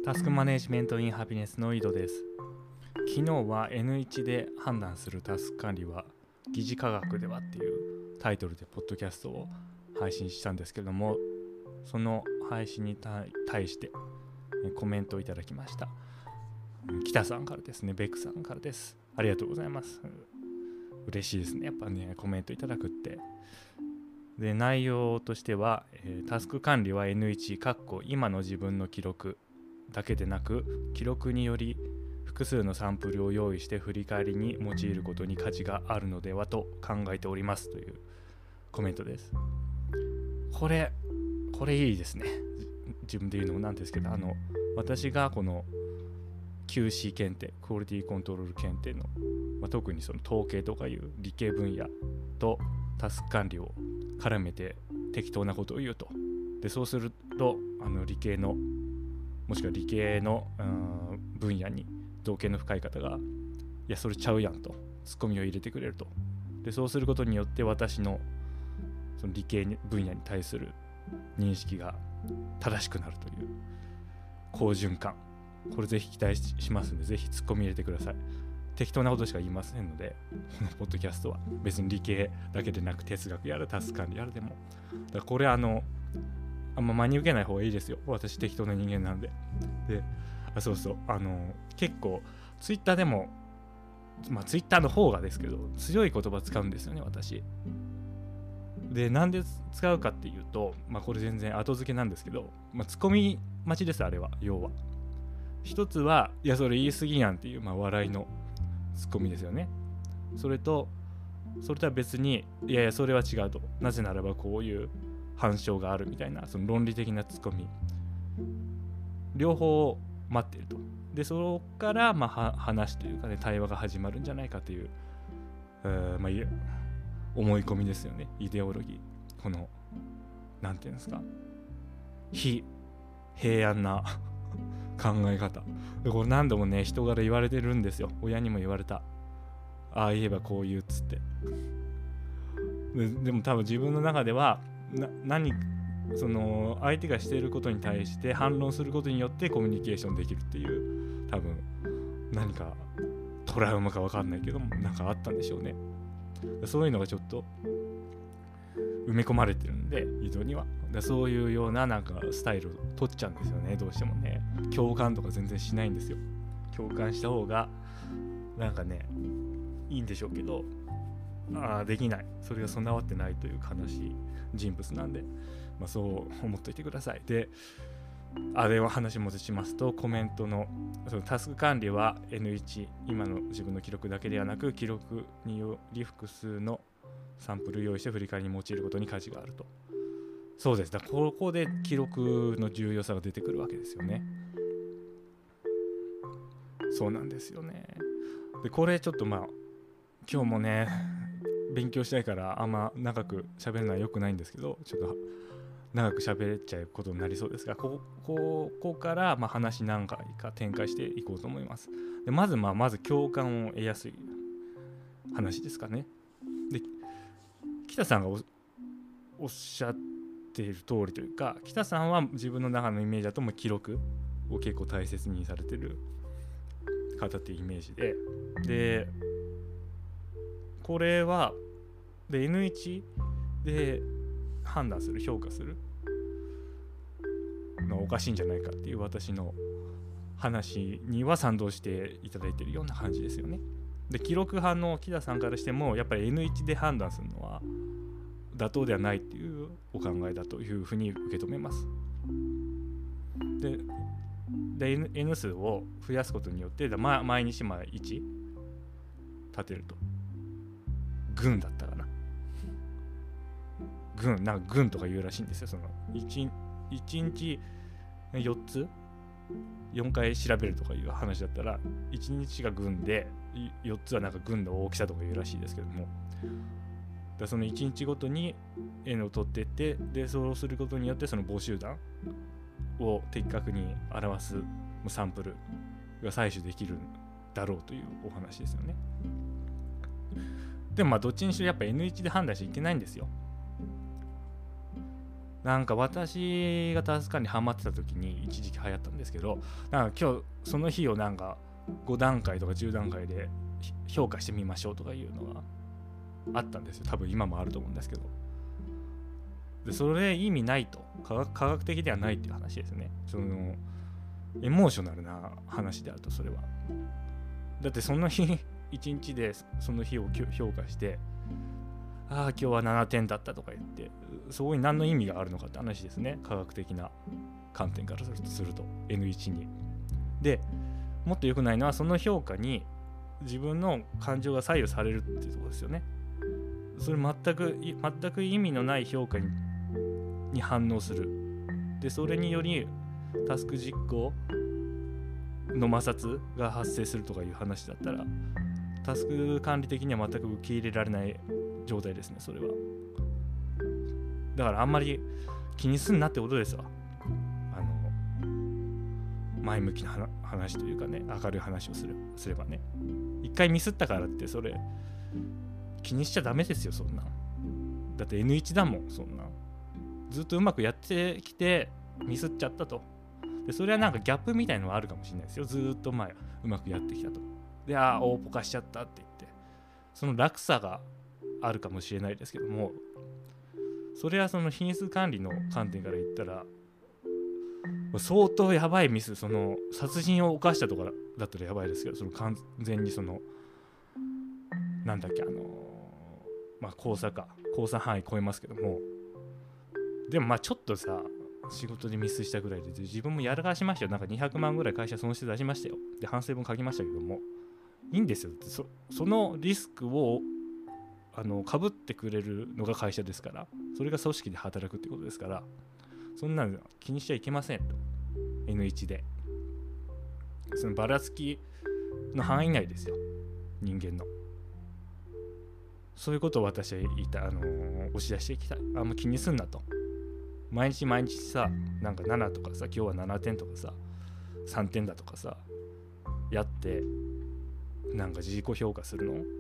タスクマネジメントインハピネスの井戸です。昨日は N1 で判断するタスク管理は疑似科学ではっていうタイトルでポッドキャストを配信したんですけども、その配信に対してコメントをいただきました。北さんからですね、ベックさんからです。ありがとうございます。嬉しいですね、やっぱね、コメントいただくって。で、内容としては、タスク管理は N1 今の自分の記録だけでなく、記録により複数のサンプルを用意して振り返りに用いることに価値があるのではと考えておりますというコメントです。これいいですね。自分で言うのもなんですけど、私がこの QC 検定、クオリティコントロール検定の、特にその統計とかいう理系分野とタスク管理を絡めて適当なことを言うと。で、そうすると理系のもしくは理系の分野に造形の深い方が、いやそれちゃうやんとツッコミを入れてくれると。で、そうすることによって私のその理系分野に対する認識が正しくなるという好循環、これぜひ期待しますので、ぜひツッコミ入れてください。適当なことしか言いませんので、このポッドキャストは別に理系だけでなく哲学やるタスク管理やるでも、だからこれあんま真に受けない方がいいですよ。私適当な人間なんで。で、そう結構ツイッターでも、ツイッターの方がですけど強い言葉使うんですよね、私。で、なんで使うかっていうと、これ全然後付けなんですけど、ツッコミ待ちです。あれは要は一つは、いやそれ言い過ぎやんっていう、笑いのツッコミですよね。それとは別に、いやいやそれは違うと、なぜならばこういう反証があるみたいな、その論理的なツッコミ、両方待っていると。で、そこから話というかね、対話が始まるんじゃないかという、思い込みですよね。イデオロギー、このなんていうんですか、非平安な考え方で、これ何度もね人から言われてるんですよ。親にも言われた。ああ言えばこう言うっつって。でも多分自分の中ではその相手がしていることに対して反論することによってコミュニケーションできるっていう、多分何かトラウマか分かんないけども、なんかあったんでしょうね。そういうのがちょっと埋め込まれてるんで、井戸には。そういうようななんかスタイルを取っちゃうんですよね、どうしてもね。共感とか全然しないんですよ。共感した方がなんかねいいんでしょうけど、できない、それが備わってないという悲しい人物なんで、そう思っといてください。で、では話戻しますと、コメントのそのタスク管理は N1 今の自分の記録だけではなく、記録により複数のサンプルを用意して振り返りに用いることに価値があると。そうです。だからここで記録の重要さが出てくるわけですよね。そうなんですよね。で、これちょっと今日もね勉強したいからあんま長く喋るのは良くないんですけど、ちょっと長く喋っちゃうことになりそうですが、ここから話何回か展開していこうと思います。で、まず共感を得やすい話ですかね。で、北さんが おっしゃっている通りというか、北さんは自分の中のイメージだともう記録を結構大切にされてる方っていうイメージで、これはで N1 で判断する、評価するのおかしいんじゃないかっていう私の話には賛同していただいているような感じですよね。で、記録派の木田さんからしても、やっぱり N1 で判断するのは妥当ではないっていうお考えだというふうに受け止めます。で N 数を増やすことによって、毎日1立てると。軍だったかな、なんか軍とか言うらしいんですよ。その 1日4つ4回調べるとかいう話だったら、1日が軍で4つはなんか軍の大きさとか言うらしいですけども、だその1日ごとに N を取っていって、でそうすることによってその母集団を的確に表すサンプルが採取できるだろうというお話ですよね。でもどっちにしろやっぱ N1 で判断しちゃいけないんですよ。 なんか私がタスクにハマってた時に一時期流行ったんですけど、なんか今日その日をなんか5段階とか10段階で評価してみましょうとかいうのがあったんですよ。多分今もあると思うんですけど、でそれ意味ないと、科学的ではないっていう話ですね。そのエモーショナルな話であると、それはだってその日一日でその日を評価して、ああ今日は7点だったとか言って、そこに何の意味があるのかって話ですね、科学的な観点からすると N1 に。でもっと良くないのは、その評価に自分の感情が左右されるっていうところですよね。それ全く意味のない評価に反応する。でそれによりタスク実行の摩擦が発生するとかいう話だったら、タスク管理的には全く受け入れられない状態ですね、それは。だからあんまり気にすんなってことですわ。前向きな話というかね、明るい話をすればね。一回ミスったからってそれ気にしちゃダメですよ、そんな。だって N1 だもん、そんな。ずっとうまくやってきてミスっちゃったと。でそれはなんかギャップみたいのはあるかもしれないですよ。ずっと前うまくやってきたと。で大ポカしちゃったって言って、その落差があるかもしれないですけども、それはその品質管理の観点から言ったら相当やばいミス、その殺人を犯したとかだったらやばいですけど、その完全にそのなんだっけ、交差範囲超えますけども、でもちょっとさ、仕事でミスしたぐらいで自分もやらかしましたよ。なんか200万ぐらい会社損失出しましたよ。で反省文書きましたけども、いいんですよ。そのリスクを被ってくれるのが会社ですから、それが組織で働くってことですから、そんなの気にしちゃいけませんと。 N1 でそのばらつきの範囲内ですよ、人間の。そういうことを私は押し出していきたい。あんま気にすんなと。毎日さ、なんか7とかさ、今日は7点とかさ、3点だとかさやって、なんか自己評価するの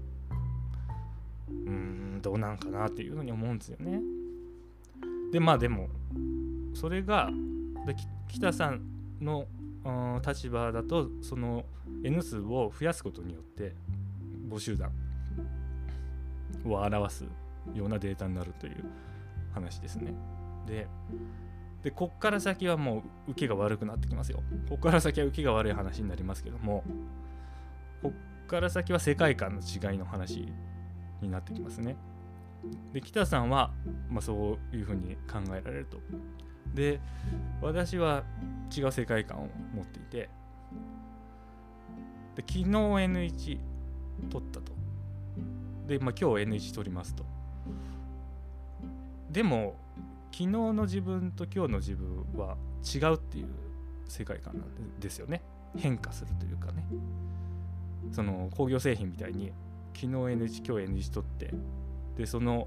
どうなんかなっていうふうに思うんですよね。ででもそれが北さんの立場だと、その N 数を増やすことによって母集団を表すようなデータになるという話ですね。でこっから先はもう受けが悪くなってきますよ。こっから先は受けが悪い話になりますけども、こっから先は世界観の違いの話になってきますね。で北さんは、そういうふうに考えられると。で私は違う世界観を持っていて、で昨日 N1 取ったと。で、今日 N1 取りますと。でも昨日の自分と今日の自分は違うっていう世界観なんですよね。変化するというかね、その工業製品みたいに昨日 N1 今日 N1 取って、でその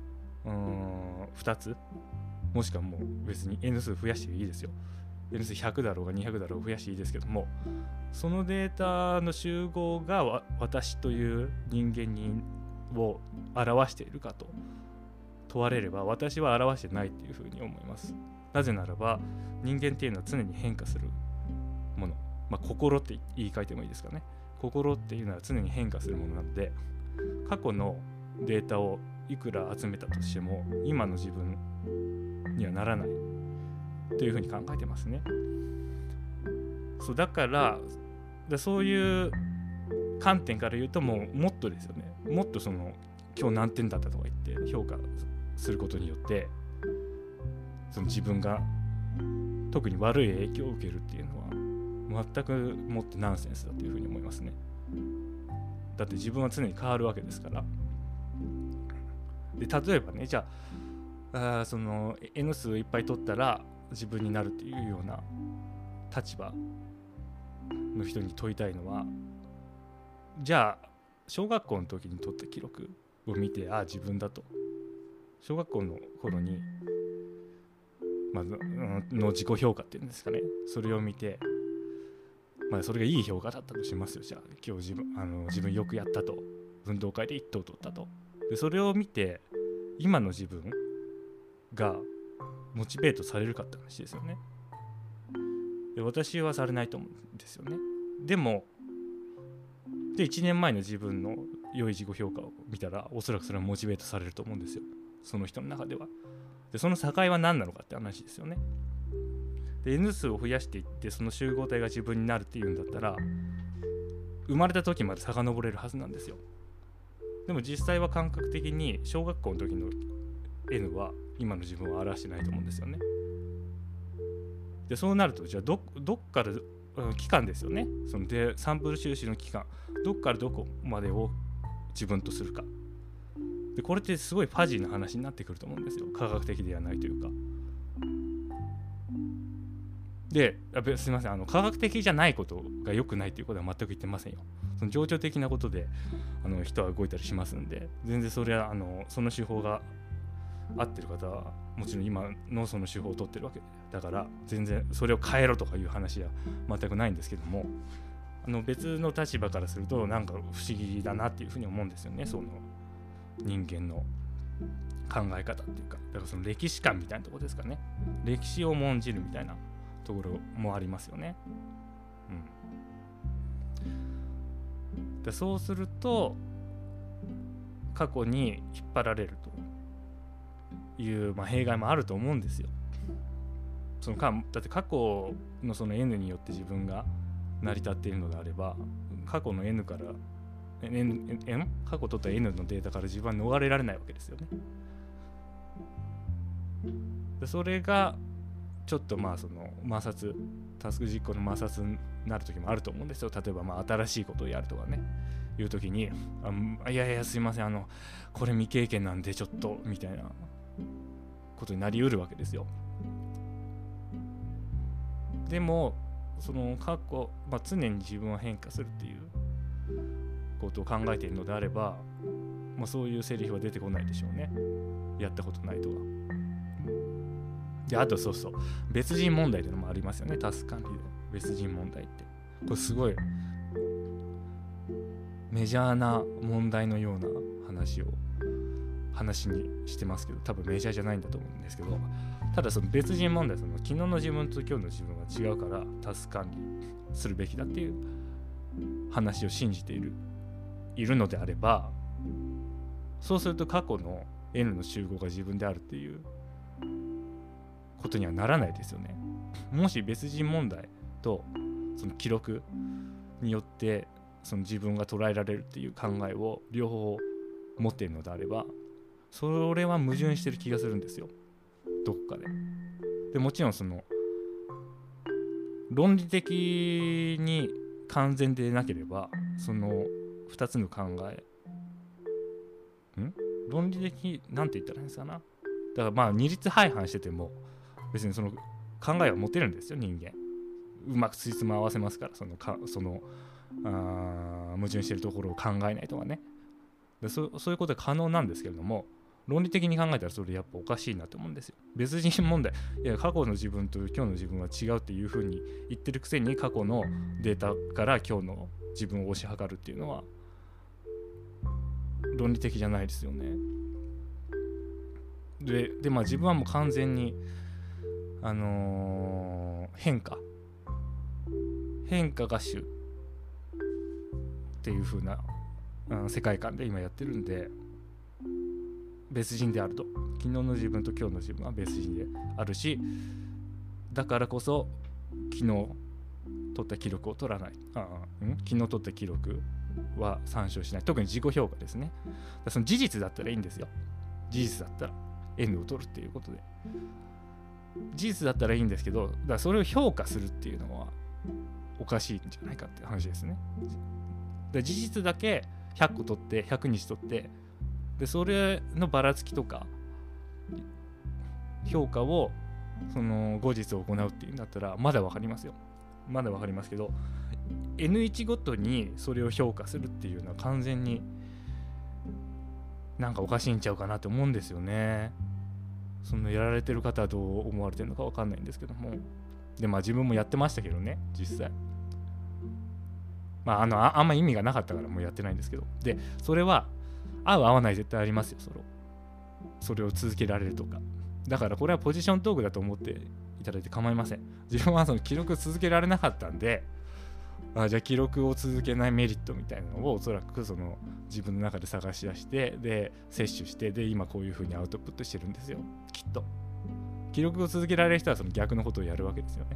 2つ、もしくはもう別に N 数増やしていいですよ。N 数100だろうが200だろうが増やしていいですけども、そのデータの集合が私という人間を表しているかと問われれば、私は表してないっていうふうに思います。なぜならば人間っていうのは常に変化するもの、心って言い換えてもいいですかね。心っていうのは常に変化するものなので、過去のデータをいくら集めたとしても今の自分にはならないというふうに考えてますね。そうだからそういう観点から言うと、もっとですよね。もっとその今日何点だったとか言って評価することによって、その自分が特に悪い影響を受けるっていうのは全くもってナンセンスだというふうに思いますね。だって自分は常に変わるわけですから。で例えばね、じゃあその N 数いっぱい取ったら自分になるっていうような立場の人に問いたいのは、じゃあ小学校の時に取った記録を見て、自分だと。小学校の頃に、の自己評価っていうんですかね、それを見て、それがいい評価だったとしますよ。じゃあ今日自分よくやったと、運動会で1等取ったと。でそれを見て今の自分がモチベートされるかって話ですよね。で私はされないと思うんですよね。でも1年前の自分の良い自己評価を見たら、おそらくそれはモチベートされると思うんですよ、その人の中では。でその境は何なのかって話ですよね。で N 数を増やしていって、その集合体が自分になるっていうんだったら、生まれた時まで遡れるはずなんですよ。でも実際は感覚的に小学校の時の N は今の自分を表してないと思うんですよね。でそうなると、じゃあ どっから期間ですよね。そのでサンプル収集の期間、どっからどこまでを自分とするか。でこれってすごいファジーな話になってくると思うんですよ、科学的ではないというか。ですみません、科学的じゃないことが良くないということは全く言ってませんよ。その情緒的なことで人は動いたりしますんで、全然それはその手法が合ってる方はもちろん今のその手法を取ってるわけだから、全然それを変えろとかいう話は全くないんですけども、別の立場からするとなんか不思議だなっていうふうに思うんですよね、その人間の考え方っていうか。だからその歴史観みたいなところですかね。歴史を重んじるみたいなところもありますよね。でそうすると過去に引っ張られるという、弊害もあると思うんですよ。だって過去のその N によって自分が成り立っているのであれば、過去の N から過去取った N のデータから自分は逃れられないわけですよね。でそれがちょっとその摩擦、タスク実行の摩擦になる時もあると思うんですよ。例えば新しいことをやるとかね、いう時にいやすいません、これ未経験なんでちょっとみたいなことになりうるわけですよ。でもその過去、常に自分は変化するっていうことを考えているのであれば、そういうセリフは出てこないでしょうね、やったことないとは。であと別人問題というのもありますよね、タスク管理で。別人問題ってこれすごいメジャーな問題のような話にしてますけど、多分メジャーじゃないんだと思うんですけど、ただその別人問題、その昨日の自分と今日の自分は違うからタスク管理するべきだっていう話を信じているのであれば、そうすると過去の N の集合が自分であるっていうことにはならないですよね。もし別人問題とその記録によってその自分が捉えられるっていう考えを両方持っているのであれば、それは矛盾してる気がするんですよ、どっかで。でもちろんその論理的に完全でなければ、その2つの考え論理的なんて言ったらいいんですかな。だから二律背反してても別にその考えは持てるんですよ、人間。うまくついつま合わせますから、その矛盾してるところを考えないとかね。でそういうことは可能なんですけれども、論理的に考えたらそれやっぱおかしいなと思うんですよ。別人問題、いや過去の自分と今日の自分は違うっていうふうに言ってるくせに、過去のデータから今日の自分を推し量るっていうのは論理的じゃないですよね。で自分はもう完全に変化が主っていう風な、世界観で今やってるんで、別人であると。昨日の自分と今日の自分は別人であるし、だからこそ昨日取った記録を取らない、昨日取った記録は参照しない。特に自己評価ですね。その事実だったらいいんですよ。事実だったら N を取るっていうことで事実だったらいいんですけど、だからそれを評価するっていうのはおかしいんじゃないかっていう話ですね。で事実だけ100個取って100日取って、でそれのばらつきとか評価をその後日行うっていうんだったらまだ分かりますよ。まだ分かりますけど、 N1 ごとにそれを評価するっていうのは完全になんかおかしいんちゃうかなと思うんですよね。そのやられてる方はどう思われてるのか分かんないんですけども、で自分もやってましたけどね、実際。あんま意味がなかったからもうやってないんですけど、でそれは合う合わない絶対ありますよ。それを続けられるとかだからこれはポジショントークだと思っていただいて構いません。自分はその記録続けられなかったんで、じゃあ記録を続けないメリットみたいなのをおそらくその自分の中で探し出して、で摂取して、で今こういう風にアウトプットしてるんですよ。きっと記録を続けられる人はその逆のことをやるわけですよね。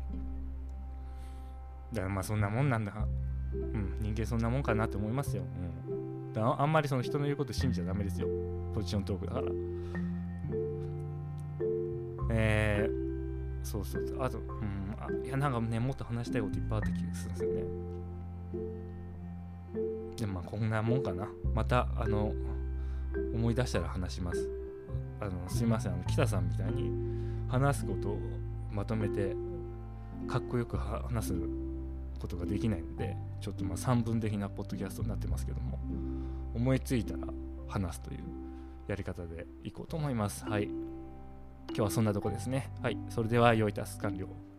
だからまあそんなもんなんだ、人間そんなもんかなと思いますよ。だからあんまりその人の言うこと信じちゃダメですよ。ポジショントークだから。そうあと、いやなんかね、もっと話したいこといっぱいあった気がするんですよね。でもまあこんなもんかな。また思い出したら話します。すいません、北さんみたいに話すことをまとめてかっこよく話すことができないので、ちょっとまあ3分的なポッドキャストになってますけども、思いついたら話すというやり方でいこうと思います。はい、今日はそんなとこですね。はい、それでは良いタス完了。